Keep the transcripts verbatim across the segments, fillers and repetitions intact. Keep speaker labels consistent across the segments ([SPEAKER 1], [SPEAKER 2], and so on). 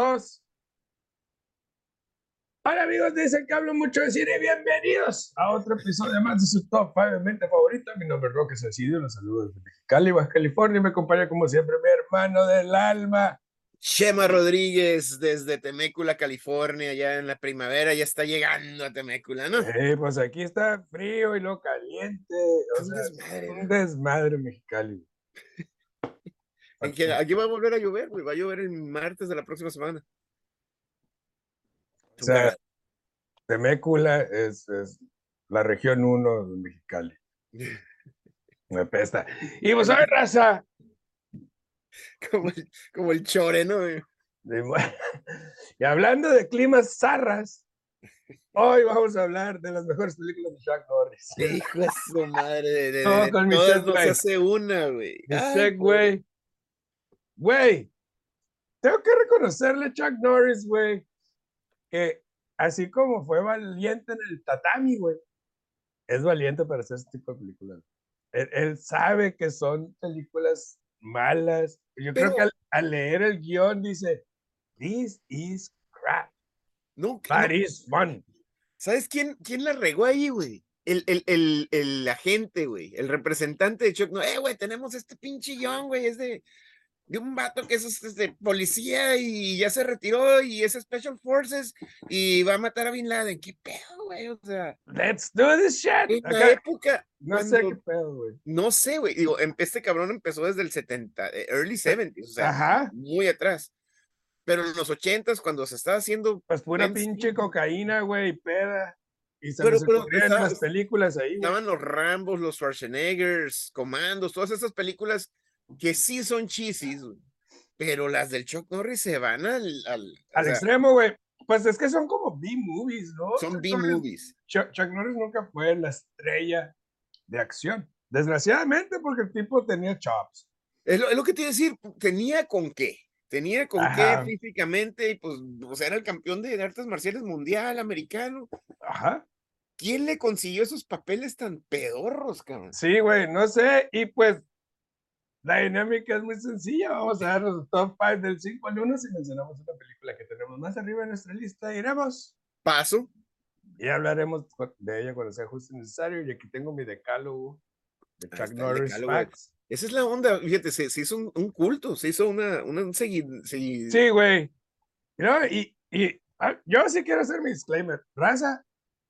[SPEAKER 1] Dos. Hola amigos, dicen que hablo mucho de cine. Bienvenidos a otro episodio más de su Top cinco de mente favorita. Mi nombre es Roque Salcido, los saludo desde Mexicali, Baja California, y me acompaña como siempre mi hermano del alma,
[SPEAKER 2] Chema Rodríguez desde Temécula, California, ya en la primavera, ya está llegando a Temécula, ¿no?
[SPEAKER 1] Eh, pues aquí está frío y lo caliente,
[SPEAKER 2] Es
[SPEAKER 1] o
[SPEAKER 2] un
[SPEAKER 1] sea,
[SPEAKER 2] desmadre,
[SPEAKER 1] un
[SPEAKER 2] ¿no?
[SPEAKER 1] Mexicali. Mexicali.
[SPEAKER 2] En que aquí va a volver a llover, güey, va a llover el martes de la próxima semana.
[SPEAKER 1] O
[SPEAKER 2] Es un
[SPEAKER 1] sea,
[SPEAKER 2] cagado.
[SPEAKER 1] Temécula es, es la región uno de Mexicali. Me pesta. Y pues, a ver, raza.
[SPEAKER 2] Como el, como el chore, ¿no? güey?
[SPEAKER 1] Y hablando de climas zarras, hoy vamos a hablar de las mejores películas de Chuck Norris.
[SPEAKER 2] Hijo de su madre, de, de,
[SPEAKER 1] Todo
[SPEAKER 2] de
[SPEAKER 1] con mi
[SPEAKER 2] todas no se
[SPEAKER 1] Segway.
[SPEAKER 2] hace una, güey.
[SPEAKER 1] Mi
[SPEAKER 2] Ay, güey.
[SPEAKER 1] Segway. Güey, tengo que reconocerle a Chuck Norris, güey, que así como fue valiente en el tatami, güey, es valiente para hacer este tipo de películas. Él, él sabe que son películas malas. Yo creo que
[SPEAKER 2] Pero,
[SPEAKER 1] al, al leer el guión dice, this is crap,
[SPEAKER 2] no,
[SPEAKER 1] but
[SPEAKER 2] no,
[SPEAKER 1] it's fun.
[SPEAKER 2] ¿sabes quién, quién la regó ahí, güey? El, el, el, el agente, güey, el representante de Chuck. No, eh, güey, tenemos este pinche guión, güey, es de, de un vato que es este, policía y ya se retiró y es Special Forces y va a matar a Bin Laden. ¿Qué pedo, güey? O sea,
[SPEAKER 1] Let's do this shit.
[SPEAKER 2] en la
[SPEAKER 1] Acá,
[SPEAKER 2] época,
[SPEAKER 1] no sé qué
[SPEAKER 2] cuando,
[SPEAKER 1] pedo, güey.
[SPEAKER 2] no sé, güey, digo, em- este cabrón empezó desde el setenta, eh, early seventies, o sea,
[SPEAKER 1] Ajá,
[SPEAKER 2] muy atrás. Pero en los ochentas, cuando se estaba haciendo
[SPEAKER 1] pues pura pinche
[SPEAKER 2] mainstream,
[SPEAKER 1] cocaína, güey, peda. Y se les
[SPEAKER 2] pero, pero
[SPEAKER 1] ocurrían
[SPEAKER 2] estaba,
[SPEAKER 1] las películas ahí, güey.
[SPEAKER 2] estaban los Rambos, los Schwarzeneggers, Comandos, todas esas películas que sí son cheesies, güey, pero las del Chuck Norris se van al, al o
[SPEAKER 1] Al
[SPEAKER 2] sea,
[SPEAKER 1] extremo, güey. Pues es que son como B-movies, ¿no?
[SPEAKER 2] son
[SPEAKER 1] Chuck Norris,
[SPEAKER 2] B-movies.
[SPEAKER 1] Chuck, Chuck Norris nunca fue la estrella de acción. Desgraciadamente, porque el tipo tenía chops.
[SPEAKER 2] Es lo, es lo que te iba a decir, tenía con qué, tenía con qué
[SPEAKER 1] Ajá,
[SPEAKER 2] físicamente, y pues, o sea, era el campeón de artes marciales mundial, americano.
[SPEAKER 1] ajá.
[SPEAKER 2] ¿Quién le consiguió esos papeles tan pedorros, cabrón?
[SPEAKER 1] Sí, güey, no sé. Y pues la dinámica es muy sencilla. Vamos a dar los top cinco del cinco al uno si mencionamos una película que tenemos más arriba en nuestra lista. Iremos
[SPEAKER 2] Paso.
[SPEAKER 1] y hablaremos de ella cuando sea justo y necesario. Y aquí tengo mi decálogo de
[SPEAKER 2] Ahí
[SPEAKER 1] Chuck
[SPEAKER 2] está el
[SPEAKER 1] Norris
[SPEAKER 2] decálogo.
[SPEAKER 1] Facts.
[SPEAKER 2] Esa es la onda, fíjate, se, se hizo un, un, culto, se hizo una, una un segui, segui,
[SPEAKER 1] Sí, güey. ¿No? Y, y ah, yo sí quiero hacer mi disclaimer. Raza,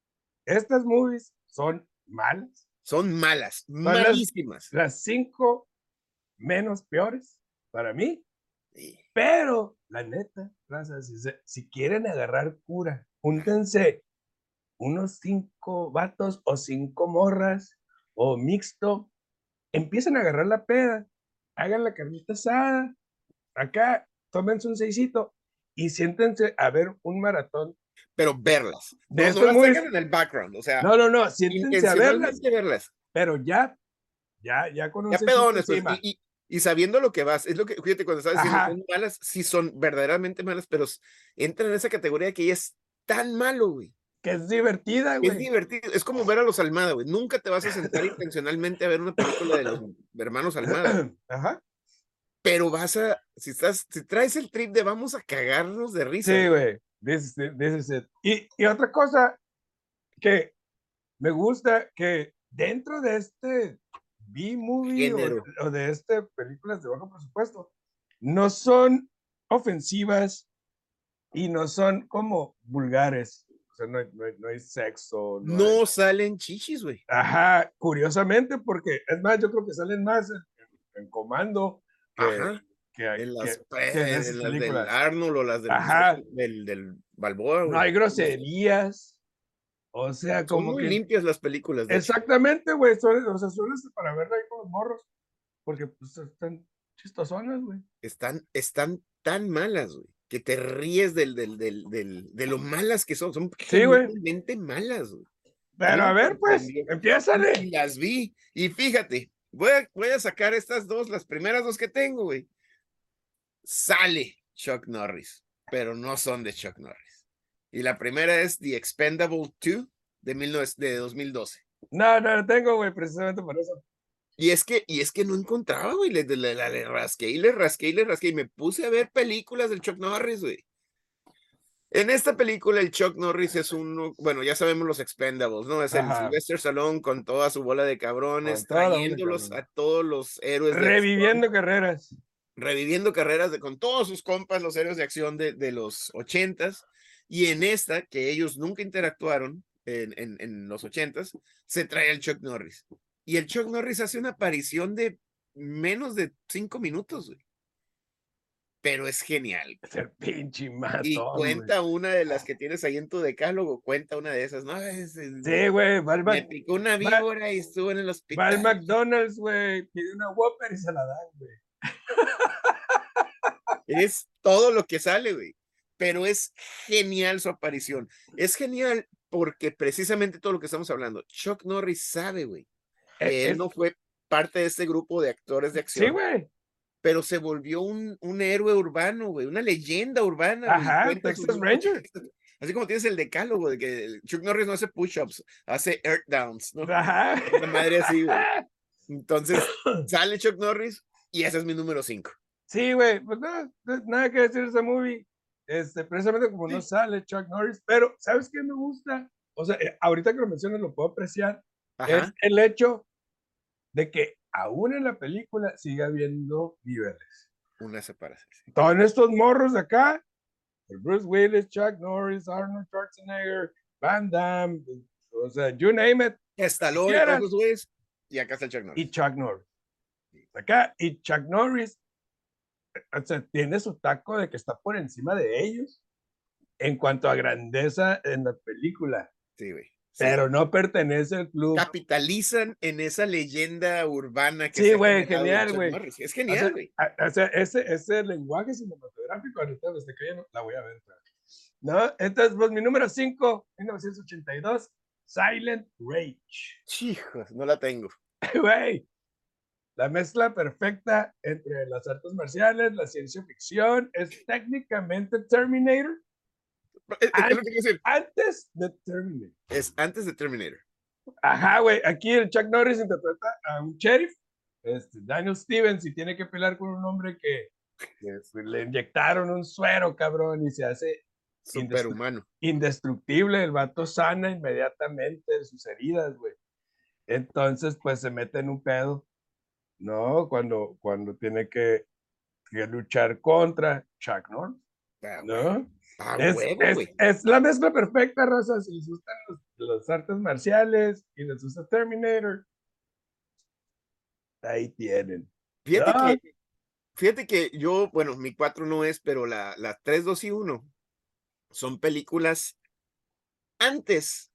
[SPEAKER 1] estas movies son malas.
[SPEAKER 2] son malas,
[SPEAKER 1] Son las,
[SPEAKER 2] malísimas.
[SPEAKER 1] las cinco menos peores para mí.
[SPEAKER 2] Sí.
[SPEAKER 1] Pero, la neta, raza, si, se, si quieren agarrar cura, júntense unos cinco vatos o cinco morras o mixto, empiecen a agarrar la peda, hagan la carnita asada, acá, tómense un seisito y siéntense a ver un maratón
[SPEAKER 2] Pero verlas,
[SPEAKER 1] de
[SPEAKER 2] no, no
[SPEAKER 1] estas
[SPEAKER 2] las
[SPEAKER 1] movies.
[SPEAKER 2] tengan en el background, o sea,
[SPEAKER 1] No, no, no, siéntense a verlas,
[SPEAKER 2] intencionalmente verlas.
[SPEAKER 1] pero ya, ya, ya con un
[SPEAKER 2] Ya
[SPEAKER 1] seisito
[SPEAKER 2] pedones, pues,
[SPEAKER 1] encima.
[SPEAKER 2] y, y, y sabiendo lo que vas, es lo que, fíjate, cuando estás diciendo,
[SPEAKER 1] Ajá,
[SPEAKER 2] son malas, sí son verdaderamente malas, pero entran en esa categoría que ya es tan malo, güey.
[SPEAKER 1] que es divertida,
[SPEAKER 2] Es
[SPEAKER 1] güey.
[SPEAKER 2] divertido, es como ver a los Almada, güey. Nunca te vas a sentar intencionalmente a ver una película de los hermanos Almada,
[SPEAKER 1] Ajá.
[SPEAKER 2] pero vas a, si estás, si traes el trip de vamos a cagarnos de risa,
[SPEAKER 1] Sí,
[SPEAKER 2] güey.
[SPEAKER 1] güey. This, is- this is it. Y, y otra cosa que me gusta, que dentro de este B-movie o,
[SPEAKER 2] Género.
[SPEAKER 1] o de este películas de bajo presupuesto, no son ofensivas y no son como vulgares. O sea, no hay, no hay, no hay sexo, no hay.
[SPEAKER 2] No salen chichis, güey.
[SPEAKER 1] Ajá, curiosamente, porque es más, yo creo que salen más en, en Comando que,
[SPEAKER 2] Ajá.
[SPEAKER 1] que,
[SPEAKER 2] En las,
[SPEAKER 1] que, que en
[SPEAKER 2] eh,
[SPEAKER 1] esas
[SPEAKER 2] en las del
[SPEAKER 1] películas.
[SPEAKER 2] Arnold o las del,
[SPEAKER 1] Ajá,
[SPEAKER 2] del, del Balboa,
[SPEAKER 1] no
[SPEAKER 2] güey.
[SPEAKER 1] hay groserías, o sea,
[SPEAKER 2] Son
[SPEAKER 1] como
[SPEAKER 2] muy
[SPEAKER 1] que
[SPEAKER 2] limpias las películas, de hecho.
[SPEAKER 1] exactamente, güey, son, o sea, son este para verla ahí con los morros, porque pues están chistosonas, güey.
[SPEAKER 2] Están, están tan malas, güey, que te ríes del, del, del, del, de lo malas que son. Son
[SPEAKER 1] Sí, güey,
[SPEAKER 2] genuinamente malas, güey. A mí
[SPEAKER 1] pero a
[SPEAKER 2] me
[SPEAKER 1] ver, pues,
[SPEAKER 2] sorprendió. Y,
[SPEAKER 1] empiézale.
[SPEAKER 2] y las vi. Y fíjate, voy a, voy a sacar estas dos, las primeras dos que tengo, güey. Sale Chuck Norris, pero no son de Chuck Norris. Y la primera es The Expendable dos de, mil novecientos, de dos mil doce.
[SPEAKER 1] No, no lo tengo, güey, precisamente por eso.
[SPEAKER 2] Y es que, y es que no encontraba, güey. Le, le, le, le rasqué y le rasqué y le rasqué. Y me puse a ver películas del Chuck Norris, güey. En esta película, el Chuck Norris es un, bueno, ya sabemos los Expendables, ¿no? Es el
[SPEAKER 1] Ajá.
[SPEAKER 2] Sylvester Stallone con toda su bola de cabrones,
[SPEAKER 1] Con toda la bola de
[SPEAKER 2] trayéndolos
[SPEAKER 1] cabrones.
[SPEAKER 2] a todos los héroes de acción,
[SPEAKER 1] Reviviendo carreras.
[SPEAKER 2] reviviendo carreras de, con todos sus compas, los héroes de acción de, de los ochentas, y en esta, que ellos nunca interactuaron en, en, en los ochentas, se trae el Chuck Norris. Y el Chuck Norris hace una aparición de menos de cinco minutos, güey. Pero es genial.
[SPEAKER 1] Es el pinche
[SPEAKER 2] Y
[SPEAKER 1] matón, güey.
[SPEAKER 2] cuenta una de las que tienes ahí en tu decálogo, cuenta una de esas, ¿no? Es, es,
[SPEAKER 1] Sí, güey, va al
[SPEAKER 2] me
[SPEAKER 1] Mac-
[SPEAKER 2] picó una
[SPEAKER 1] va,
[SPEAKER 2] víbora y estuvo en el
[SPEAKER 1] va al
[SPEAKER 2] hospital.
[SPEAKER 1] McDonald's, güey, pide una Whopper y se la dan, güey.
[SPEAKER 2] Es todo lo que sale, güey. Pero es genial su aparición. Es genial porque precisamente todo lo que estamos hablando, Chuck Norris sabe, güey,
[SPEAKER 1] Es,
[SPEAKER 2] que él
[SPEAKER 1] es-
[SPEAKER 2] no fue parte de este grupo de actores de
[SPEAKER 1] sí,
[SPEAKER 2] acción,
[SPEAKER 1] güey.
[SPEAKER 2] pero se volvió un, un héroe urbano, güey, una leyenda urbana, güey.
[SPEAKER 1] Ajá,
[SPEAKER 2] Cuenta
[SPEAKER 1] Texas
[SPEAKER 2] sus-
[SPEAKER 1] Ranger.
[SPEAKER 2] Así como tienes el decálogo de que Chuck Norris no hace push-ups, hace earth downs, ¿no?
[SPEAKER 1] Ajá.
[SPEAKER 2] Una madre así, güey. Entonces, sale Chuck Norris y ese es mi número cinco.
[SPEAKER 1] Sí, güey, pues no, no, nada que decir de esa movie. Este, precisamente como no sale Chuck Norris, pero ¿sabes qué me gusta? O sea, eh, ahorita que lo mencionas lo puedo apreciar, es
[SPEAKER 2] Ajá.
[SPEAKER 1] el hecho de que aún en la película sigue habiendo niveles.
[SPEAKER 2] Una separación. Sí.
[SPEAKER 1] Todos estos morros de acá, Bruce Willis, Chuck Norris, Arnold Schwarzenegger, Van Damme, o sea, you name it,
[SPEAKER 2] Stallone y todos
[SPEAKER 1] quieras,
[SPEAKER 2] esos güeyes, y acá está el Chuck
[SPEAKER 1] y
[SPEAKER 2] Norris.
[SPEAKER 1] Chuck Norris. Acá, y Chuck Norris, o sea, tiene su taco de que está por encima de ellos en cuanto a grandeza en la película,
[SPEAKER 2] Sí, güey. Sí.
[SPEAKER 1] pero no pertenece al club.
[SPEAKER 2] Capitalizan en esa leyenda urbana que
[SPEAKER 1] Sí,
[SPEAKER 2] se ha
[SPEAKER 1] güey,
[SPEAKER 2] generado de
[SPEAKER 1] genial,
[SPEAKER 2] Chuck
[SPEAKER 1] güey.
[SPEAKER 2] Norris. Es
[SPEAKER 1] O
[SPEAKER 2] genial,
[SPEAKER 1] sea,
[SPEAKER 2] güey.
[SPEAKER 1] a- o sea, ese, ese lenguaje cinematográfico, ahorita me está cayendo, la voy a ver. pero- ¿No? Entonces, pues mi número cinco, mil novecientos ochenta y dos, Silent Rage.
[SPEAKER 2] Chicos, no la tengo.
[SPEAKER 1] Güey, la mezcla perfecta entre las artes marciales, la ciencia ficción, es técnicamente Terminator.
[SPEAKER 2] Es, es lo que quiero decir.
[SPEAKER 1] Antes de Terminator.
[SPEAKER 2] Es antes de Terminator.
[SPEAKER 1] Ajá, güey. Aquí el Chuck Norris interpreta a un sheriff, este, Daniel Stevens, y tiene que pelear con un hombre que, que pues, le inyectaron un suero, cabrón, y se hace
[SPEAKER 2] Superhumano.
[SPEAKER 1] indestructible. El vato sana inmediatamente de sus heridas, güey. Entonces, pues se mete en un pedo, ¿no? Cuando, cuando tiene que, que luchar contra Chuck Norris,
[SPEAKER 2] Ah,
[SPEAKER 1] ¿no?
[SPEAKER 2] ah,
[SPEAKER 1] Es,
[SPEAKER 2] huevo,
[SPEAKER 1] es,
[SPEAKER 2] güey.
[SPEAKER 1] es la mezcla perfecta, raza. Si les gustan los, los artes marciales y les gusta Terminator, ahí tienen.
[SPEAKER 2] Fíjate
[SPEAKER 1] Ah,
[SPEAKER 2] que, fíjate que yo, bueno, mi cuatro no es, pero la, la tres, dos y uno son películas antes,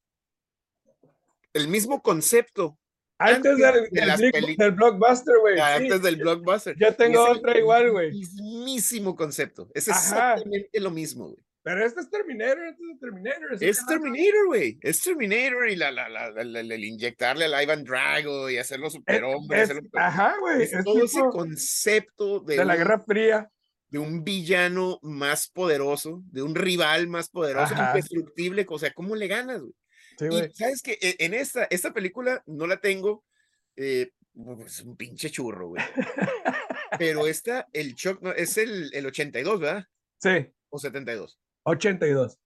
[SPEAKER 2] el mismo concepto,
[SPEAKER 1] antes
[SPEAKER 2] antes
[SPEAKER 1] del,
[SPEAKER 2] de
[SPEAKER 1] del,
[SPEAKER 2] las películas,
[SPEAKER 1] del blockbuster, güey. Sí,
[SPEAKER 2] antes del blockbuster.
[SPEAKER 1] yo
[SPEAKER 2] Y
[SPEAKER 1] tengo
[SPEAKER 2] es
[SPEAKER 1] otra
[SPEAKER 2] el
[SPEAKER 1] igual, güey.
[SPEAKER 2] mismísimo concepto. Es
[SPEAKER 1] Ajá.
[SPEAKER 2] exactamente lo mismo, güey.
[SPEAKER 1] Pero este es Terminator, este es Terminator. así
[SPEAKER 2] Es
[SPEAKER 1] que no-
[SPEAKER 2] Terminator, güey. Es Terminator y la, la, la, la- la- el inyectarle al Ivan Drago y hacerlo
[SPEAKER 1] Es,
[SPEAKER 2] superhombre.
[SPEAKER 1] es,
[SPEAKER 2] Hacerlo,
[SPEAKER 1] ajá, güey.
[SPEAKER 2] es
[SPEAKER 1] Es
[SPEAKER 2] todo ese
[SPEAKER 1] tipo
[SPEAKER 2] concepto de
[SPEAKER 1] de la
[SPEAKER 2] un,
[SPEAKER 1] Guerra Fría.
[SPEAKER 2] de un villano más poderoso, de un rival más poderoso,
[SPEAKER 1] Ajá.
[SPEAKER 2] indestructible. O sea, ¿cómo le ganas, güey?
[SPEAKER 1] Sí,
[SPEAKER 2] Y
[SPEAKER 1] güey.
[SPEAKER 2] sabes que en esta, esta película no la tengo, eh, pues un pinche churro, güey. Pero esta, el Chuck, no, es el, el ochenta y dos, ¿verdad?
[SPEAKER 1] Sí,
[SPEAKER 2] O setenta y dos.
[SPEAKER 1] ochenta y dos.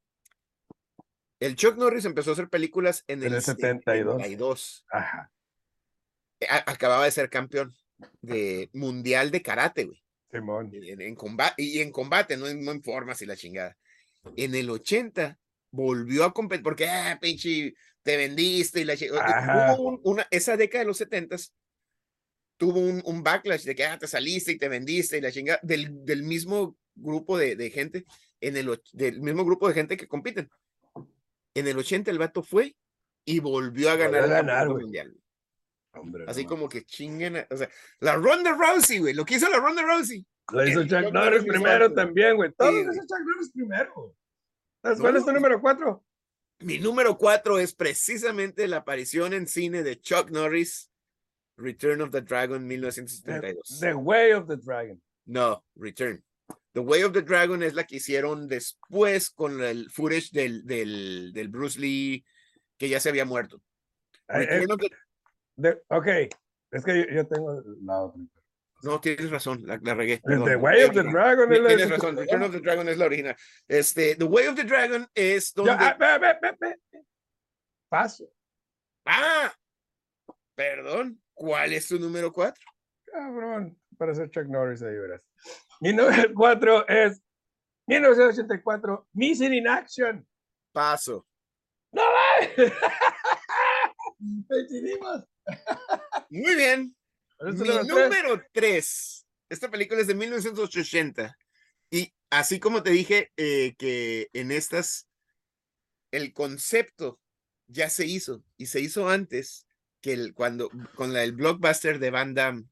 [SPEAKER 2] El Chuck Norris empezó a hacer películas en
[SPEAKER 1] En
[SPEAKER 2] el
[SPEAKER 1] el setenta y dos.
[SPEAKER 2] setenta y dos.
[SPEAKER 1] Ajá.
[SPEAKER 2] A- acababa de ser campeón de mundial de karate, güey.
[SPEAKER 1] Simón.
[SPEAKER 2] En, en combate, y en combate, no en, no en formas y la chingada. En el ochenta volvió a competir, porque, ah, pinche, te vendiste y la chingada. Hubo un, una, esa década de los setentas tuvo un, un backlash de que, ah, te saliste y te vendiste y la chingada, del, del mismo grupo de, de gente, en el, del mismo grupo de gente que compiten. En el ochenta el vato fue y volvió a ganar
[SPEAKER 1] Volvió a
[SPEAKER 2] el
[SPEAKER 1] ganar,
[SPEAKER 2] campeonato
[SPEAKER 1] güey.
[SPEAKER 2] mundial.
[SPEAKER 1] Hombre,
[SPEAKER 2] Así
[SPEAKER 1] no
[SPEAKER 2] como que chinguen, a- o sea, la Ronda Rousey, güey, lo que hizo la Ronda Rousey.
[SPEAKER 1] Lo hizo
[SPEAKER 2] el
[SPEAKER 1] Chuck
[SPEAKER 2] Chuck
[SPEAKER 1] Norris
[SPEAKER 2] lo hizo
[SPEAKER 1] primero
[SPEAKER 2] antes.
[SPEAKER 1] también, güey. Todos
[SPEAKER 2] Sí,
[SPEAKER 1] lo hizo
[SPEAKER 2] güey.
[SPEAKER 1] Chuck Norris primero, güey. ¿Cuál
[SPEAKER 2] No,
[SPEAKER 1] es tu
[SPEAKER 2] no,
[SPEAKER 1] número cuatro?
[SPEAKER 2] Mi número cuatro es precisamente la aparición en cine de Chuck Norris, Return of the Dragon, mil novecientos setenta y
[SPEAKER 1] The,
[SPEAKER 2] dos.
[SPEAKER 1] The Way of the Dragon.
[SPEAKER 2] No, Return. The Way of the Dragon es la que hicieron después con el footage del, del, del Bruce Lee que ya se había muerto.
[SPEAKER 1] Eh,
[SPEAKER 2] Return
[SPEAKER 1] eh,
[SPEAKER 2] of the...
[SPEAKER 1] de- ok, es que yo, yo tengo la otra.
[SPEAKER 2] No, tienes razón, la, la regué.
[SPEAKER 1] The
[SPEAKER 2] Perdón.
[SPEAKER 1] Way of the Dragon. Es la
[SPEAKER 2] Tienes
[SPEAKER 1] de
[SPEAKER 2] razón,
[SPEAKER 1] su-
[SPEAKER 2] Return of the Dragon es la original. Este, The Way of the Dragon es
[SPEAKER 1] Yo,
[SPEAKER 2] donde.
[SPEAKER 1] ah, ve, ve, ve, ve. Paso.
[SPEAKER 2] Ah, perdón. ¿Cuál es tu número cuatro?
[SPEAKER 1] Cabrón, para ser Chuck Norris ahí verás. Mi número cuatro es mil novecientos ochenta y cuatro, Missing in Action.
[SPEAKER 2] Paso.
[SPEAKER 1] ¡No va! Coincidimos.
[SPEAKER 2] Muy bien.
[SPEAKER 1] ¿Cuál es tu
[SPEAKER 2] Mi
[SPEAKER 1] número tres?
[SPEAKER 2] número tres. Esta película es de mil novecientos ochenta. Y así como te dije eh, que en estas el concepto ya se hizo y se hizo antes que el, cuando con la, el blockbuster de Van Damme,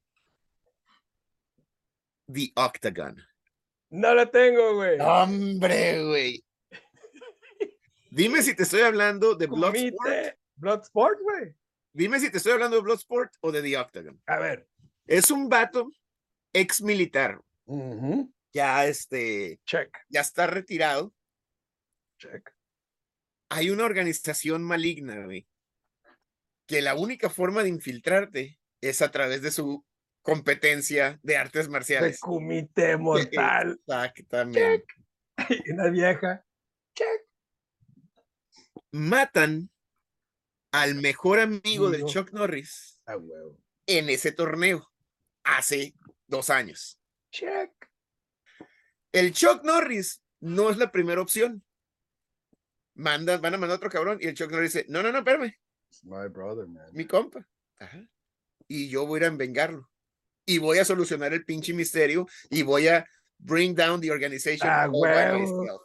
[SPEAKER 2] The Octagon.
[SPEAKER 1] No la tengo, güey.
[SPEAKER 2] Hombre, güey. Dime si te estoy hablando de Bloodsport.
[SPEAKER 1] Comite Bloodsport, güey.
[SPEAKER 2] Dime si te estoy hablando de Bloodsport o de The Octagon.
[SPEAKER 1] A ver.
[SPEAKER 2] Es un vato ex militar.
[SPEAKER 1] Uh-huh.
[SPEAKER 2] Ya este.
[SPEAKER 1] Check.
[SPEAKER 2] Ya está retirado.
[SPEAKER 1] Check.
[SPEAKER 2] Hay una organización maligna, güey, que la única forma de infiltrarte es a través de su competencia de artes
[SPEAKER 1] De
[SPEAKER 2] marciales.
[SPEAKER 1] comité mortal.
[SPEAKER 2] Exactamente.
[SPEAKER 1] Check. Y una vieja. Check.
[SPEAKER 2] Matan al mejor amigo
[SPEAKER 1] Amigo.
[SPEAKER 2] del Chuck Norris
[SPEAKER 1] Ah, huevo.
[SPEAKER 2] en ese torneo hace dos años.
[SPEAKER 1] Check.
[SPEAKER 2] El Chuck Norris no es la primera opción. Manda, van a mandar otro cabrón y el Chuck Norris dice, no, no, no, espérame.
[SPEAKER 1] It's my brother, man.
[SPEAKER 2] Mi compa. Ajá. Y yo voy a ir a envengarlo. Y voy a solucionar el pinche misterio y voy a bring down the organization.
[SPEAKER 1] Ah,
[SPEAKER 2] all by
[SPEAKER 1] huevo.
[SPEAKER 2] myself.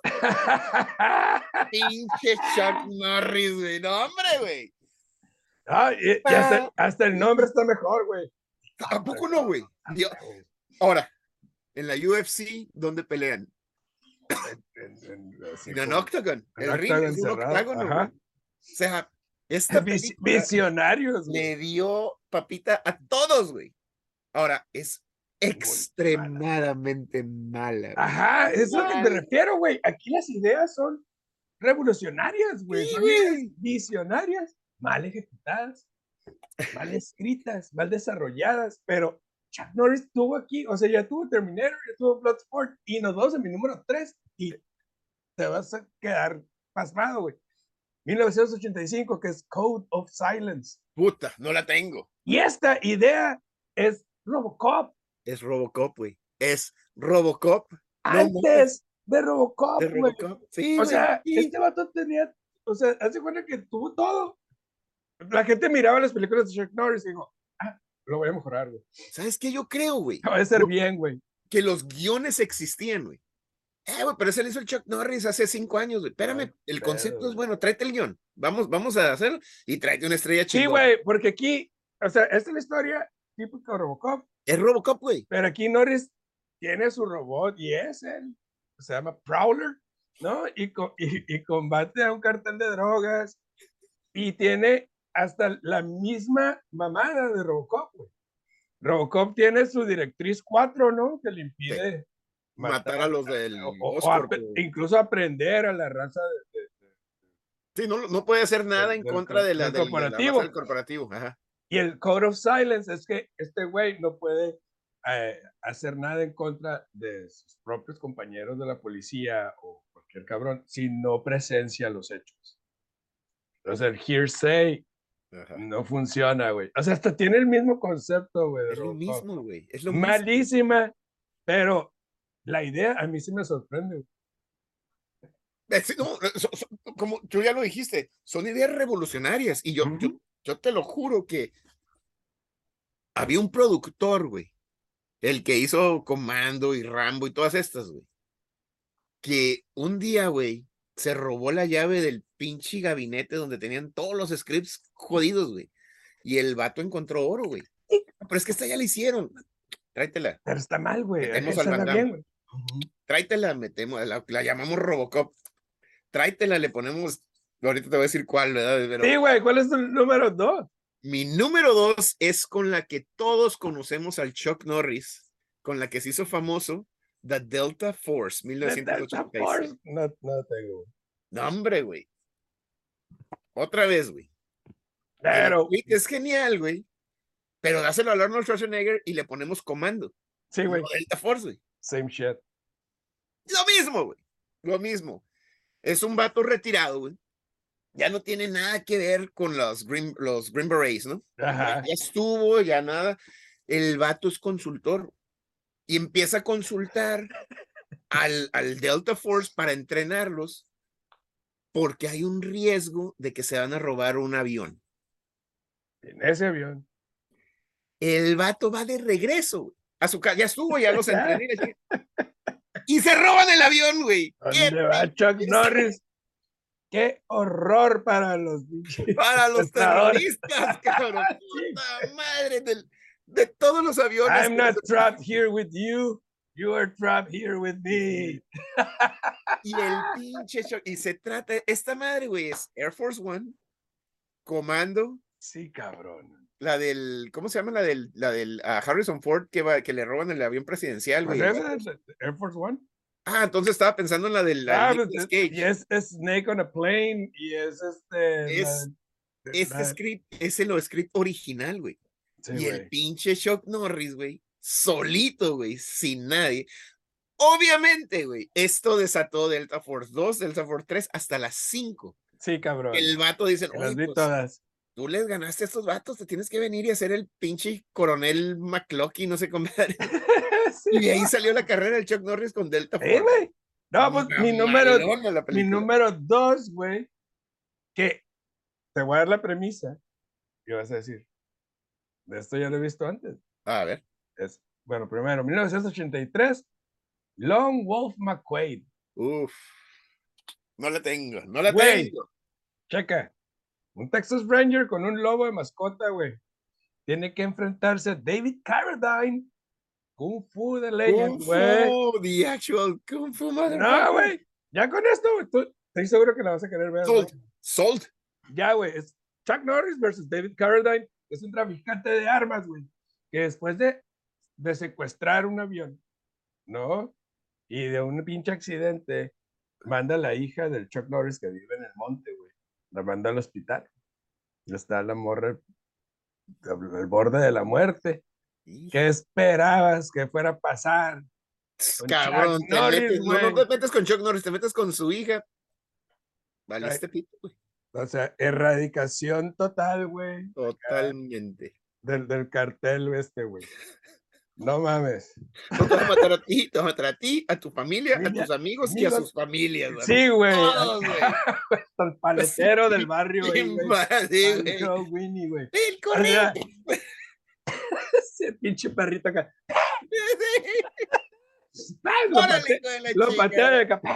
[SPEAKER 2] Pinche Chuck Norris, güey. No, hombre, güey.
[SPEAKER 1] Ah, y, y hasta, hasta el nombre está mejor, güey.
[SPEAKER 2] ¿A poco no, güey? Dios. Ahora, en la U F C, ¿dónde pelean?
[SPEAKER 1] En, en, así
[SPEAKER 2] En un
[SPEAKER 1] como-
[SPEAKER 2] octagon.
[SPEAKER 1] en
[SPEAKER 2] El ring
[SPEAKER 1] octagon
[SPEAKER 2] es un
[SPEAKER 1] cerrado,
[SPEAKER 2] octágono,
[SPEAKER 1] ajá.
[SPEAKER 2] güey. O sea, esta
[SPEAKER 1] Vis-
[SPEAKER 2] película
[SPEAKER 1] visionarios, güey.
[SPEAKER 2] le dio papita a todos, güey. Ahora, es extremadamente mala. güey.
[SPEAKER 1] Ajá, es lo que me
[SPEAKER 2] Mal.
[SPEAKER 1] refiero, güey. Aquí las ideas son revolucionarias, güey.
[SPEAKER 2] Sí,
[SPEAKER 1] Son
[SPEAKER 2] güey.
[SPEAKER 1] ideas visionarias, mal ejecutadas, mal escritas, mal desarrolladas, pero Chuck Norris tuvo aquí, o sea, ya tuvo Terminator, ya tuvo Bloodsport, y nos vamos a mi número tres, y te vas a quedar pasmado, güey. mil novecientos ochenta y cinco, que es Code of Silence.
[SPEAKER 2] Puta, no la tengo.
[SPEAKER 1] Y esta idea es Robocop.
[SPEAKER 2] Es Robocop, güey. Es Robocop. No,
[SPEAKER 1] Antes de Robocop,
[SPEAKER 2] de
[SPEAKER 1] güey.
[SPEAKER 2] Robocop. Sí,
[SPEAKER 1] O
[SPEAKER 2] güey,
[SPEAKER 1] sea,
[SPEAKER 2] sí.
[SPEAKER 1] este vato tenía, o sea, hace cuenta que tuvo todo. La gente miraba las películas de Chuck Norris y dijo, ah, lo voy a mejorar, güey.
[SPEAKER 2] ¿Sabes qué yo creo, güey?
[SPEAKER 1] Va a ser
[SPEAKER 2] Lo-
[SPEAKER 1] bien, güey.
[SPEAKER 2] Que los guiones existían, güey. Eh, güey, pero ese lo hizo el Chuck Norris hace cinco años, güey. Espérame,
[SPEAKER 1] Ay,
[SPEAKER 2] el
[SPEAKER 1] pedo,
[SPEAKER 2] concepto es
[SPEAKER 1] güey.
[SPEAKER 2] bueno, tráete el guión. Vamos, vamos a hacerlo y tráete una estrella
[SPEAKER 1] Sí,
[SPEAKER 2] chingona.
[SPEAKER 1] güey, porque aquí, o sea, esta es la historia típica de Robocop,
[SPEAKER 2] Es Robocop, güey.
[SPEAKER 1] pero aquí Norris tiene su robot y es él. Se llama Prowler, ¿no? Y, co- y, y combate a un cartel de drogas y tiene hasta la misma mamada de Robocop, güey. Robocop tiene su directriz cuatro, ¿no? Que le impide
[SPEAKER 2] Matar a los del
[SPEAKER 1] o, o- o
[SPEAKER 2] Oscorp,
[SPEAKER 1] ap-
[SPEAKER 2] güey.
[SPEAKER 1] incluso aprender a la raza de- de-
[SPEAKER 2] Sí, no, no puede hacer nada
[SPEAKER 1] del-
[SPEAKER 2] en
[SPEAKER 1] del
[SPEAKER 2] contra
[SPEAKER 1] cor-
[SPEAKER 2] de la,
[SPEAKER 1] del
[SPEAKER 2] del- de la
[SPEAKER 1] corporativo.
[SPEAKER 2] raza del corporativo. Ajá.
[SPEAKER 1] Y el Code of Silence es que este güey no puede eh, hacer nada en contra de sus propios compañeros de la policía o cualquier cabrón si no presencia los hechos. Entonces el hearsay
[SPEAKER 2] Ajá.
[SPEAKER 1] no funciona, güey. O sea, hasta tiene el mismo concepto, güey. de
[SPEAKER 2] Es lo
[SPEAKER 1] Robocop.
[SPEAKER 2] mismo, güey. Es lo mismo.
[SPEAKER 1] Malísima, pero la idea a mí sí me sorprende, güey.
[SPEAKER 2] Eh, sí, no, eh, so- so- como tú ya lo dijiste, son ideas revolucionarias. Y yo, yo,
[SPEAKER 1] Ujú.
[SPEAKER 2] yo te lo juro que había un productor, güey, el que hizo Comando y Rambo y todas estas, güey, que un día, güey, se robó la llave del pinche gabinete donde tenían todos los scripts jodidos, güey. Y el vato encontró oro, güey. Pero es que esta ya la hicieron. Tráetela,
[SPEAKER 1] Pero está mal, güey.
[SPEAKER 2] Metemos al
[SPEAKER 1] Esa
[SPEAKER 2] Van
[SPEAKER 1] la
[SPEAKER 2] Damme.
[SPEAKER 1] bien, güey. Ujú.
[SPEAKER 2] tráetela, metemos, la, la llamamos Robocop. Tráetela, le ponemos, ahorita te voy a decir cuál, ¿verdad? Pero
[SPEAKER 1] Sí, güey, ¿cuál es tu número dos?
[SPEAKER 2] mi número dos es con la que todos conocemos al Chuck Norris, con la que se hizo famoso, The Delta Force, mil novecientos ochenta y seis.
[SPEAKER 1] No, no tengo, güey.
[SPEAKER 2] No, hombre, güey. Otra vez, güey. El
[SPEAKER 1] Pero,
[SPEAKER 2] tweet es genial, güey. pero dáselo a Arnold Schwarzenegger y le ponemos comando.
[SPEAKER 1] Sí, güey.
[SPEAKER 2] No Delta Force, güey.
[SPEAKER 1] Same shit.
[SPEAKER 2] Lo mismo, güey. Lo mismo. Es un vato retirado, güey. Ya no tiene nada que ver con los Green, los Green Berets, ¿no?
[SPEAKER 1] Ajá.
[SPEAKER 2] Ya estuvo, ya nada. El vato es consultor y empieza a consultar al, al Delta Force para entrenarlos porque hay un riesgo de que se van a robar un avión.
[SPEAKER 1] En ese avión.
[SPEAKER 2] El vato va de regreso, güey. A su casa, ya estuvo, ya los entrené. Y se roban el avión, güey.
[SPEAKER 1] ¿Dónde va Chuck Norris? ¡Qué horror para los
[SPEAKER 2] para los terroristas, cabrón! ¡Puta madre! Del, de todos los aviones.
[SPEAKER 1] I'm not trapped here with you. You are trapped here with me.
[SPEAKER 2] Y el pinche shock. Y se trata, esta madre, güey, es Air Force One, Comando.
[SPEAKER 1] Sí, cabrón.
[SPEAKER 2] La del, ¿cómo se llama? La del, la del uh, Harrison Ford que va, que le roban el avión presidencial, güey.
[SPEAKER 1] Pues esa es Air Force One.
[SPEAKER 2] Ah, entonces estaba pensando en la del la
[SPEAKER 1] ah,
[SPEAKER 2] de
[SPEAKER 1] pues,
[SPEAKER 2] Cage.
[SPEAKER 1] Y es, es Snake on a Plane y es este.
[SPEAKER 2] Es,
[SPEAKER 1] la,
[SPEAKER 2] este
[SPEAKER 1] la...
[SPEAKER 2] script es el script original, güey.
[SPEAKER 1] Sí,
[SPEAKER 2] y
[SPEAKER 1] wey.
[SPEAKER 2] el pinche Chuck Norris, güey, solito, güey, sin nadie. Obviamente, güey, esto desató Delta Force dos, Delta Force tres, hasta las cinco.
[SPEAKER 1] Sí, cabrón.
[SPEAKER 2] El vato dice,
[SPEAKER 1] las vi
[SPEAKER 2] pues,
[SPEAKER 1] todas.
[SPEAKER 2] Tú les ganaste a estos vatos, te tienes que venir y hacer el pinche coronel McClocky, no sé cómo. sí, y de ahí salió la carrera del Chuck Norris con Delta Force.
[SPEAKER 1] ¿Eh, güey? No, pues mi número, mi número dos, güey, que te voy a dar la premisa y vas a decir, de esto ya lo he visto antes.
[SPEAKER 2] A ver.
[SPEAKER 1] Es, bueno, primero, mil novecientos ochenta y tres, Lone Wolf McQuade.
[SPEAKER 2] Uf, no la tengo, no la
[SPEAKER 1] güey,
[SPEAKER 2] tengo.
[SPEAKER 1] Checa, un Texas Ranger con un lobo de mascota, güey. Tiene que enfrentarse a David Carradine, Kung Fu The Legend, güey.
[SPEAKER 2] Kung Fu, the actual Kung Fu, madre.
[SPEAKER 1] No, güey, ya con esto, güey, estoy seguro que la vas a querer ver.
[SPEAKER 2] Sold, sold.
[SPEAKER 1] Ya, güey, es Chuck Norris versus David Carradine. Es un traficante de armas, güey, que después de, de secuestrar un avión, ¿no? Y de un pinche accidente, manda a la hija del Chuck Norris que vive en el monte, güey. La manda al hospital. Está la morra al borde de la muerte. ¿Qué esperabas que fuera a pasar?
[SPEAKER 2] Cabrón, te Norris, metes, no, no te metes con Chuck Norris, te metes con su hija. Valiste pito, güey.
[SPEAKER 1] O sea, erradicación total, güey.
[SPEAKER 2] Totalmente.
[SPEAKER 1] Del, del cartel este, güey. No mames.
[SPEAKER 2] No te vas a matar a ti, te vas a matar a ti, a tu familia, familia a tus amigos, amigos y a sus familias, güey.
[SPEAKER 1] Sí, güey. Hasta el paletero del barrio, güey.
[SPEAKER 2] Sí,
[SPEAKER 1] güey. Winnie, güey.
[SPEAKER 2] El correcto.
[SPEAKER 1] Ese pinche perrito acá.
[SPEAKER 2] Órale,
[SPEAKER 1] lo patea de acá.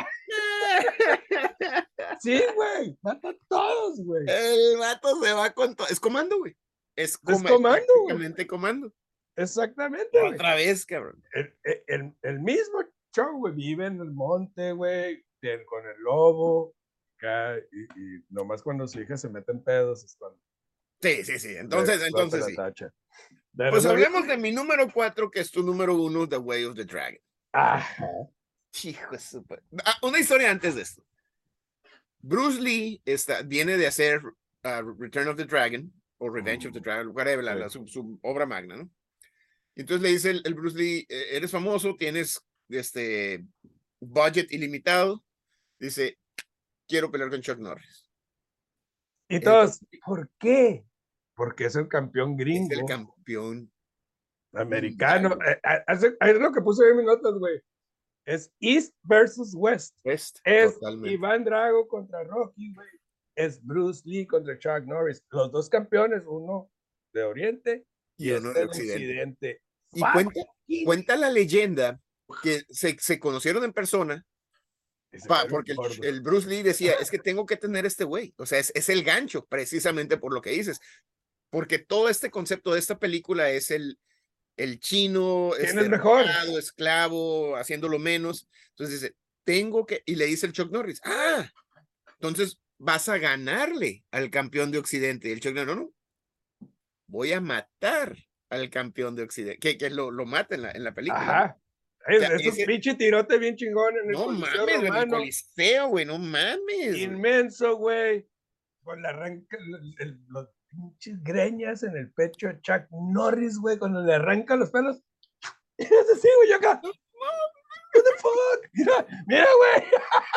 [SPEAKER 1] Sí, güey. Mata a todos, güey.
[SPEAKER 2] El vato se va con todo. Es comando, güey. Es, com
[SPEAKER 1] es comando.
[SPEAKER 2] Prácticamente comando.
[SPEAKER 1] Exactamente.
[SPEAKER 2] Otra
[SPEAKER 1] güey.
[SPEAKER 2] vez, cabrón.
[SPEAKER 1] El, el, el mismo show, güey. Vive en el monte, güey. Con el lobo. Acá, y, y nomás cuando su hija se mete en pedos es cuando.
[SPEAKER 2] Sí, sí, sí. Entonces, entonces sí.
[SPEAKER 1] Pero
[SPEAKER 2] pues
[SPEAKER 1] no
[SPEAKER 2] hablemos de mi número cuatro, que es tu número uno, The Way of the Dragon.
[SPEAKER 1] Ajá.
[SPEAKER 2] Hijo de super. Ah, una historia antes de esto. Bruce Lee está, viene de hacer uh, Return of the Dragon o Revenge mm. of the Dragon, whatever, la, la, su, su obra magna, ¿no? Entonces le dice el, el Bruce Lee, eres famoso, tienes este budget ilimitado. Dice, quiero pelear con Chuck Norris.
[SPEAKER 1] Y todos, ¿por qué? Porque es el campeón gringo.
[SPEAKER 2] Es el campeón
[SPEAKER 1] americano. Es, es lo que puse en mis notas, güey. Es East versus West.
[SPEAKER 2] West
[SPEAKER 1] es
[SPEAKER 2] totalmente.
[SPEAKER 1] Iván Drago contra Rocky, güey. Es Bruce Lee contra Chuck Norris. Los dos campeones, uno de Oriente y, y uno este de Occidente. Occidente.
[SPEAKER 2] Y cuenta, cuenta la leyenda que se, se conocieron en persona. Pa, porque el, el Bruce Lee decía, es que tengo que tener este güey. O sea, es, es el gancho, precisamente por lo que dices. Porque todo este concepto de esta película es el, el chino,
[SPEAKER 1] este, es mejor?
[SPEAKER 2] esclavo, haciéndolo menos. Entonces dice, tengo que, y le dice el Chuck Norris, ah, entonces vas a ganarle al campeón de Occidente. Y el Chuck Norris, no, no, voy a matar al campeón de Occidente, que, que lo, lo mata en la, en la película.
[SPEAKER 1] Ajá. Es, o sea, es ese, un pinche tirote bien chingón en el
[SPEAKER 2] no
[SPEAKER 1] Coliseo
[SPEAKER 2] mames,
[SPEAKER 1] Romano.
[SPEAKER 2] En el Coliseo, güey, no mames.
[SPEAKER 1] Inmenso, güey. Con la arranca, el, el, los pinches greñas en el pecho de Chuck Norris, güey, cuando le arranca los pelos. Y es así, güey, yo acá. What the fuck? Mira, mira, güey.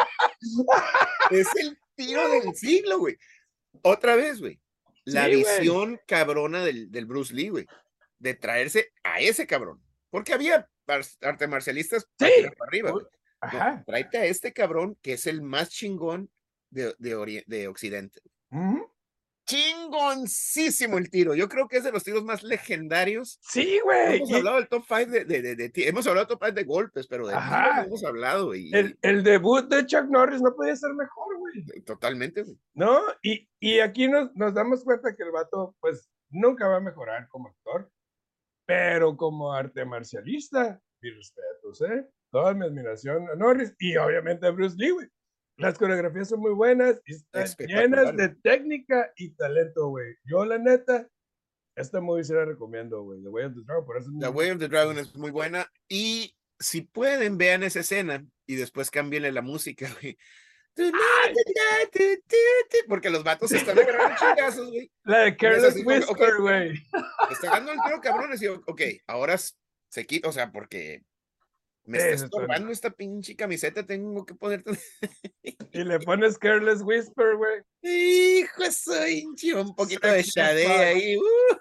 [SPEAKER 2] Es el tiro del siglo, güey. Otra vez, güey. La
[SPEAKER 1] Sí, güey.
[SPEAKER 2] visión cabrona del, del Bruce Lee, güey. De traerse a ese cabrón. Porque había ar- arte marcialistas para
[SPEAKER 1] Sí.
[SPEAKER 2] tirar para arriba, güey. No,
[SPEAKER 1] Ajá.
[SPEAKER 2] tráete a este cabrón que es el más chingón de, de, ori- de Occidente.
[SPEAKER 1] Ujú.
[SPEAKER 2] Chingoncísimo el tiro. Yo creo que es de los tiros más legendarios.
[SPEAKER 1] Sí,
[SPEAKER 2] No
[SPEAKER 1] güey.
[SPEAKER 2] hemos
[SPEAKER 1] Y-
[SPEAKER 2] hablado del top cinco de, de, de, de ti- hemos hablado del top cinco de golpes, pero de tiros no
[SPEAKER 1] Ajá.
[SPEAKER 2] hemos hablado. Y,
[SPEAKER 1] El, el debut de Chuck Norris no podía ser mejor, güey.
[SPEAKER 2] y totalmente, güey.
[SPEAKER 1] ¿No? Y, y aquí nos, nos damos cuenta que el vato, pues, nunca va a mejorar como actor, pero como arte marcialista, mis respetos, ¿eh? Toda mi admiración a Norris y obviamente a Bruce Lee, güey. Las coreografías son muy buenas y están llenas
[SPEAKER 2] Espectacular,
[SPEAKER 1] de
[SPEAKER 2] güey.
[SPEAKER 1] técnica y talento, güey. Yo, la neta, esta movie se la recomiendo, güey. The Way of the Dragon, por eso es
[SPEAKER 2] The
[SPEAKER 1] muy
[SPEAKER 2] Way of the Dragon es muy buena. Y si pueden, vean esa escena y después cámbienle la música, güey.
[SPEAKER 1] Ay,
[SPEAKER 2] Porque los vatos se están agarrando chingazos, güey.
[SPEAKER 1] la de
[SPEAKER 2] Y es
[SPEAKER 1] Careless
[SPEAKER 2] así como que, ok,
[SPEAKER 1] Whisper, güey.
[SPEAKER 2] me está dando el tiro, cabrones. Y yo, ok, ahora s- se quita, o sea, porque me está
[SPEAKER 1] Eso está-
[SPEAKER 2] estorbando esta pinche camiseta, tengo que ponerte.
[SPEAKER 1] Y le pones Careless Whisper, güey.
[SPEAKER 2] Hijo, soy un poquito de
[SPEAKER 1] Sexy as
[SPEAKER 2] Sade
[SPEAKER 1] fuck.
[SPEAKER 2] ahí.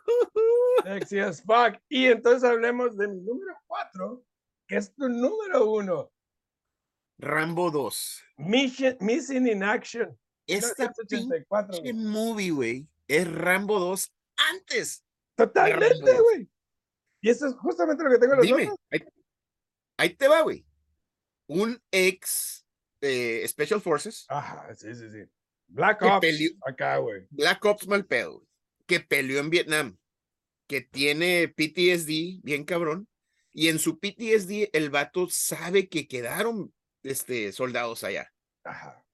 [SPEAKER 2] uh.
[SPEAKER 1] Sexy as fuck. Y entonces hablemos de mi número cuatro, que es tu número uno.
[SPEAKER 2] Rambo dos.
[SPEAKER 1] Mission, Missing in Action.
[SPEAKER 2] Esta
[SPEAKER 1] mil novecientos ochenta y cuatro,
[SPEAKER 2] pinche
[SPEAKER 1] güey.
[SPEAKER 2] movie, güey, es Rambo dos antes de Rambo
[SPEAKER 1] Totalmente,
[SPEAKER 2] dos.
[SPEAKER 1] güey. Y eso es justamente lo que tengo en las
[SPEAKER 2] Dime,
[SPEAKER 1] notas.
[SPEAKER 2] ahí, ahí te va, güey. Un ex eh, Special Forces
[SPEAKER 1] Ajá, sí, sí, sí. Black
[SPEAKER 2] que
[SPEAKER 1] Ops,
[SPEAKER 2] peleó,
[SPEAKER 1] acá, güey.
[SPEAKER 2] Black Ops mal pedo, güey, que peleó en Vietnam, que tiene P T S D bien cabrón, y en su P T S D el vato sabe que quedaron este, soldados allá.
[SPEAKER 1] Ajá.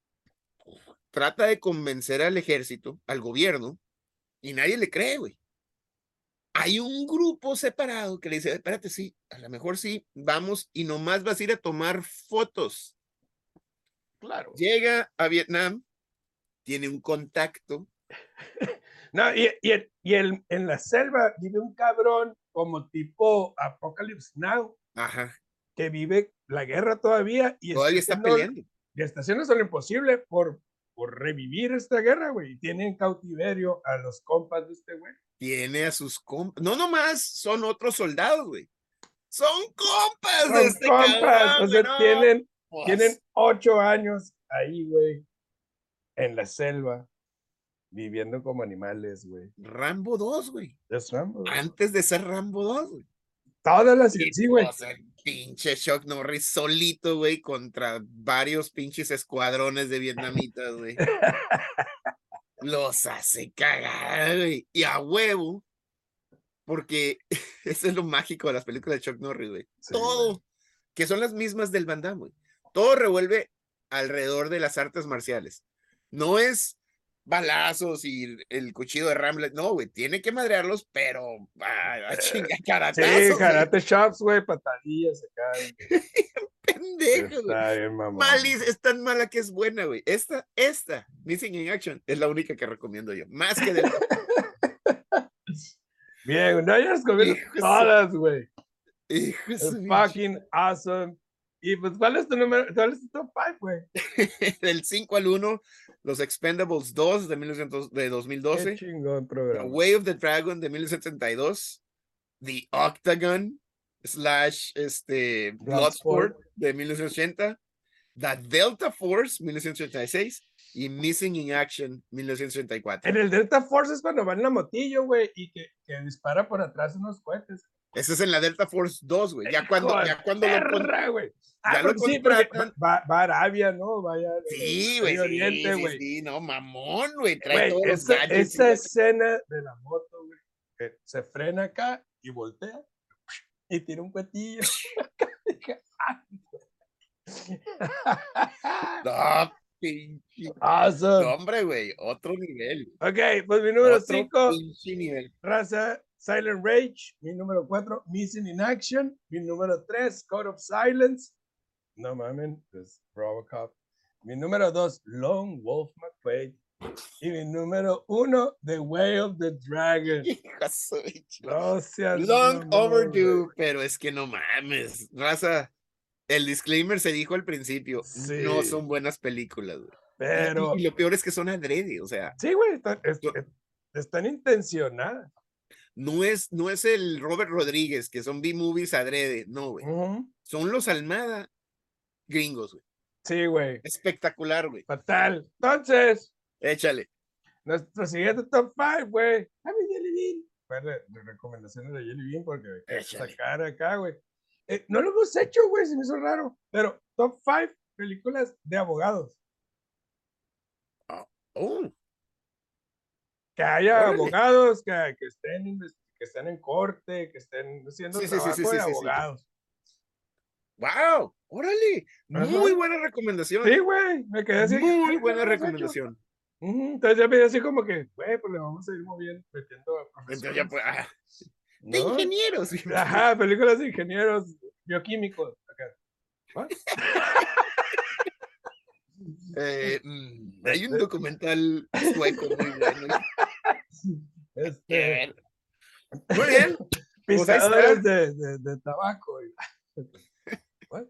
[SPEAKER 2] Trata de convencer al ejército, al gobierno, y nadie le cree, güey. Hay un grupo separado que le dice, espérate, sí, a lo mejor sí, vamos y nomás vas a ir a tomar fotos.
[SPEAKER 1] Claro.
[SPEAKER 2] Llega a Vietnam, tiene un contacto.
[SPEAKER 1] No, y, y, el- y el, en la selva vive un cabrón como tipo Apocalypse Now,
[SPEAKER 2] Ajá,
[SPEAKER 1] que vive la guerra todavía y está
[SPEAKER 2] todavía está
[SPEAKER 1] haciendo,
[SPEAKER 2] peleando.
[SPEAKER 1] y está haciendo lo imposible por, por revivir esta guerra, güey. Y tiene en cautiverio a los compas de este güey.
[SPEAKER 2] Tiene a sus compas. No nomás son otros soldados, güey. Son compas de
[SPEAKER 1] Son
[SPEAKER 2] este
[SPEAKER 1] compas,
[SPEAKER 2] cabrón,
[SPEAKER 1] o sea,
[SPEAKER 2] güey, no,
[SPEAKER 1] tienen,
[SPEAKER 2] pues,
[SPEAKER 1] tienen ocho años ahí, güey, en la selva, viviendo como animales, güey.
[SPEAKER 2] Rambo dos, güey.
[SPEAKER 1] Es Rambo.
[SPEAKER 2] Antes de ser Rambo dos, güey.
[SPEAKER 1] Todas las,
[SPEAKER 2] Y,
[SPEAKER 1] sí, güey.
[SPEAKER 2] o sea, pinche Chuck Norris solito, güey, contra varios pinches escuadrones de vietnamitas, güey. Los hace cagar, güey. Y a huevo, porque eso es lo mágico de las películas de Chuck Norris, güey.
[SPEAKER 1] Sí,
[SPEAKER 2] Todo,
[SPEAKER 1] güey.
[SPEAKER 2] que son las mismas del Van Damme, güey. Todo revuelve alrededor de las artes marciales. No es balazos y el cuchillo de Ramlet, no, güey, tiene que madrearlos, pero a, a chingar
[SPEAKER 1] Sí,
[SPEAKER 2] caratazos, güey.
[SPEAKER 1] karate chops, güey, patadillas acá.
[SPEAKER 2] Pendejo, güey.
[SPEAKER 1] Está bien, mamá.
[SPEAKER 2] Malis es tan mala que es buena, güey. Esta, esta, Missing in Action, es la única que recomiendo yo. Más que del.
[SPEAKER 1] Bien, no hayas comido
[SPEAKER 2] Hijo de su-
[SPEAKER 1] todas, güey.
[SPEAKER 2] Hijo de
[SPEAKER 1] Es
[SPEAKER 2] su
[SPEAKER 1] fucking awesome. Y pues, ¿cuál es tu número? ¿Cuál es tu top five, güey?
[SPEAKER 2] Del cinco al uno, Los Expendables dos de, mil novecientos de dos mil
[SPEAKER 1] Qué
[SPEAKER 2] doce,
[SPEAKER 1] chingón
[SPEAKER 2] The
[SPEAKER 1] programa.
[SPEAKER 2] Way of the Dragon de mil novecientos setenta y dos, The Octagon slash este, Bloodsport de mil novecientos ochenta, The Delta Force mil novecientos ochenta y seis y Missing in Action mil novecientos ochenta y cuatro.
[SPEAKER 1] En el Delta Force es cuando va en la motillo, güey, y que, que dispara por atrás unos cohetes.
[SPEAKER 2] Ese es en la Delta Force dos, güey. Ya cuando,
[SPEAKER 1] Hijo de
[SPEAKER 2] ya cuando lo con-
[SPEAKER 1] perra, güey. Ah,
[SPEAKER 2] ya lo
[SPEAKER 1] porque sí, porque
[SPEAKER 2] contratan.
[SPEAKER 1] va, va a Arabia, ¿no? Vaya.
[SPEAKER 2] Sí, güey,
[SPEAKER 1] Medio
[SPEAKER 2] sí,
[SPEAKER 1] Oriente,
[SPEAKER 2] sí,
[SPEAKER 1] güey.
[SPEAKER 2] sí, no, mamón, güey. Trae
[SPEAKER 1] Güey,
[SPEAKER 2] todos los
[SPEAKER 1] esa,
[SPEAKER 2] gadgets.
[SPEAKER 1] esa
[SPEAKER 2] y-
[SPEAKER 1] escena de la moto, güey, que se frena acá y voltea y tira un cuetillo.
[SPEAKER 2] No, pinche.
[SPEAKER 1] Awesome.
[SPEAKER 2] No, hombre, güey, otro nivel.
[SPEAKER 1] Ok, pues mi número
[SPEAKER 2] Otro
[SPEAKER 1] cinco,
[SPEAKER 2] pinche nivel.
[SPEAKER 1] raza Silent Rage. Mi número cuatro, Missing in Action. Mi número tres, Code of Silence. No mamen, es Robocop. Mi número dos, Lone Wolf McQuade. Y mi número uno, The Way of the Dragon. No seas
[SPEAKER 2] Long
[SPEAKER 1] mamón,
[SPEAKER 2] overdue,
[SPEAKER 1] güey.
[SPEAKER 2] pero es que no mames, raza. El disclaimer se dijo al principio,
[SPEAKER 1] Sí.
[SPEAKER 2] no son buenas películas, güey.
[SPEAKER 1] Pero,
[SPEAKER 2] Y, y lo peor es que son adrede, o sea,
[SPEAKER 1] sí, güey, están, es-
[SPEAKER 2] Yo-
[SPEAKER 1] es- están intencionadas.
[SPEAKER 2] no es, no es el Robert Rodríguez, que son B-movies adrede, no, güey.
[SPEAKER 1] Ujú.
[SPEAKER 2] Son los Almada gringos, güey.
[SPEAKER 1] Sí, güey,
[SPEAKER 2] Espectacular, güey.
[SPEAKER 1] fatal. Entonces,
[SPEAKER 2] Échale.
[SPEAKER 1] nuestro siguiente top five, güey. Happy Jelly Bean. Fue de, de recomendaciones de Jelly Bean porque hay que
[SPEAKER 2] Échale.
[SPEAKER 1] sacar acá, güey. Eh, no lo hemos hecho, güey, se me hizo raro. Pero top five películas de abogados.
[SPEAKER 2] Oh,
[SPEAKER 1] Que haya
[SPEAKER 2] órale.
[SPEAKER 1] abogados que, que, estén, inves- que estén en corte, que estén haciendo
[SPEAKER 2] Sí, sí, sí,
[SPEAKER 1] trabajo
[SPEAKER 2] sí, sí,
[SPEAKER 1] de
[SPEAKER 2] sí, sí.
[SPEAKER 1] abogados.
[SPEAKER 2] Wow, órale. Muy
[SPEAKER 1] Ajá.
[SPEAKER 2] buena recomendación.
[SPEAKER 1] Sí, güey, me quedé así.
[SPEAKER 2] Muy
[SPEAKER 1] "Ay,
[SPEAKER 2] buena
[SPEAKER 1] no lo hemos hecho".
[SPEAKER 2] recomendación.
[SPEAKER 1] Ujú, entonces ya me quedé así como que, güey, pues le vamos a ir moviendo, metiendo a
[SPEAKER 2] Entonces ya
[SPEAKER 1] profesores.
[SPEAKER 2] pues, ah, de
[SPEAKER 1] ¿No?
[SPEAKER 2] ingenieros.
[SPEAKER 1] Ajá, películas de ingenieros bioquímicos. Acá. ¿What?
[SPEAKER 2] Eh, mm, hay un documental sueco muy bueno.
[SPEAKER 1] Este,
[SPEAKER 2] Muy bien. Pues ahí
[SPEAKER 1] pisadores
[SPEAKER 2] está.
[SPEAKER 1] de, de, de tabaco. y- ¿What?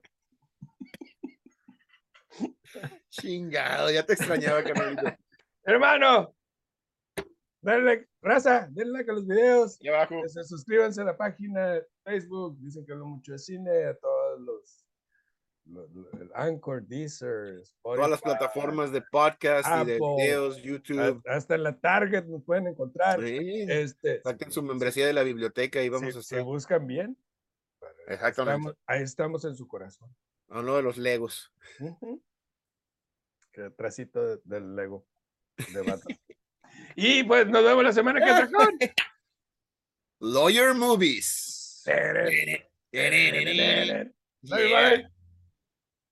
[SPEAKER 2] Chingado, ya te extrañaba, carnalito.
[SPEAKER 1] Hermano, denle, raza, denle like a los videos.
[SPEAKER 2] Aquí abajo.
[SPEAKER 1] que se suscríbanse a la página de Facebook. Dicen que hablo mucho de cine, a todos los, los- los- el Anchor, Deezer, Spotify,
[SPEAKER 2] Todas las plataformas de podcast y de
[SPEAKER 1] Apple,
[SPEAKER 2] videos, YouTube.
[SPEAKER 1] a- hasta en la Target nos pueden encontrar.
[SPEAKER 2] Sí.
[SPEAKER 1] Este,
[SPEAKER 2] Saquen su
[SPEAKER 1] si-
[SPEAKER 2] membresía de la biblioteca y
[SPEAKER 1] si-
[SPEAKER 2] vamos a
[SPEAKER 1] si
[SPEAKER 2] estar.
[SPEAKER 1] buscan bien, ahí
[SPEAKER 2] Exactamente.
[SPEAKER 1] estamos, ahí estamos en su corazón.
[SPEAKER 2] A uno de los Legos.
[SPEAKER 1] Ujú. Que atrásito de- del Lego de Batman. Y pues nos vemos la semana que entra con
[SPEAKER 2] Lawyer Movies.
[SPEAKER 1] Tere, tere, tere, tere. Bye,
[SPEAKER 2] Yeah.
[SPEAKER 1] bye.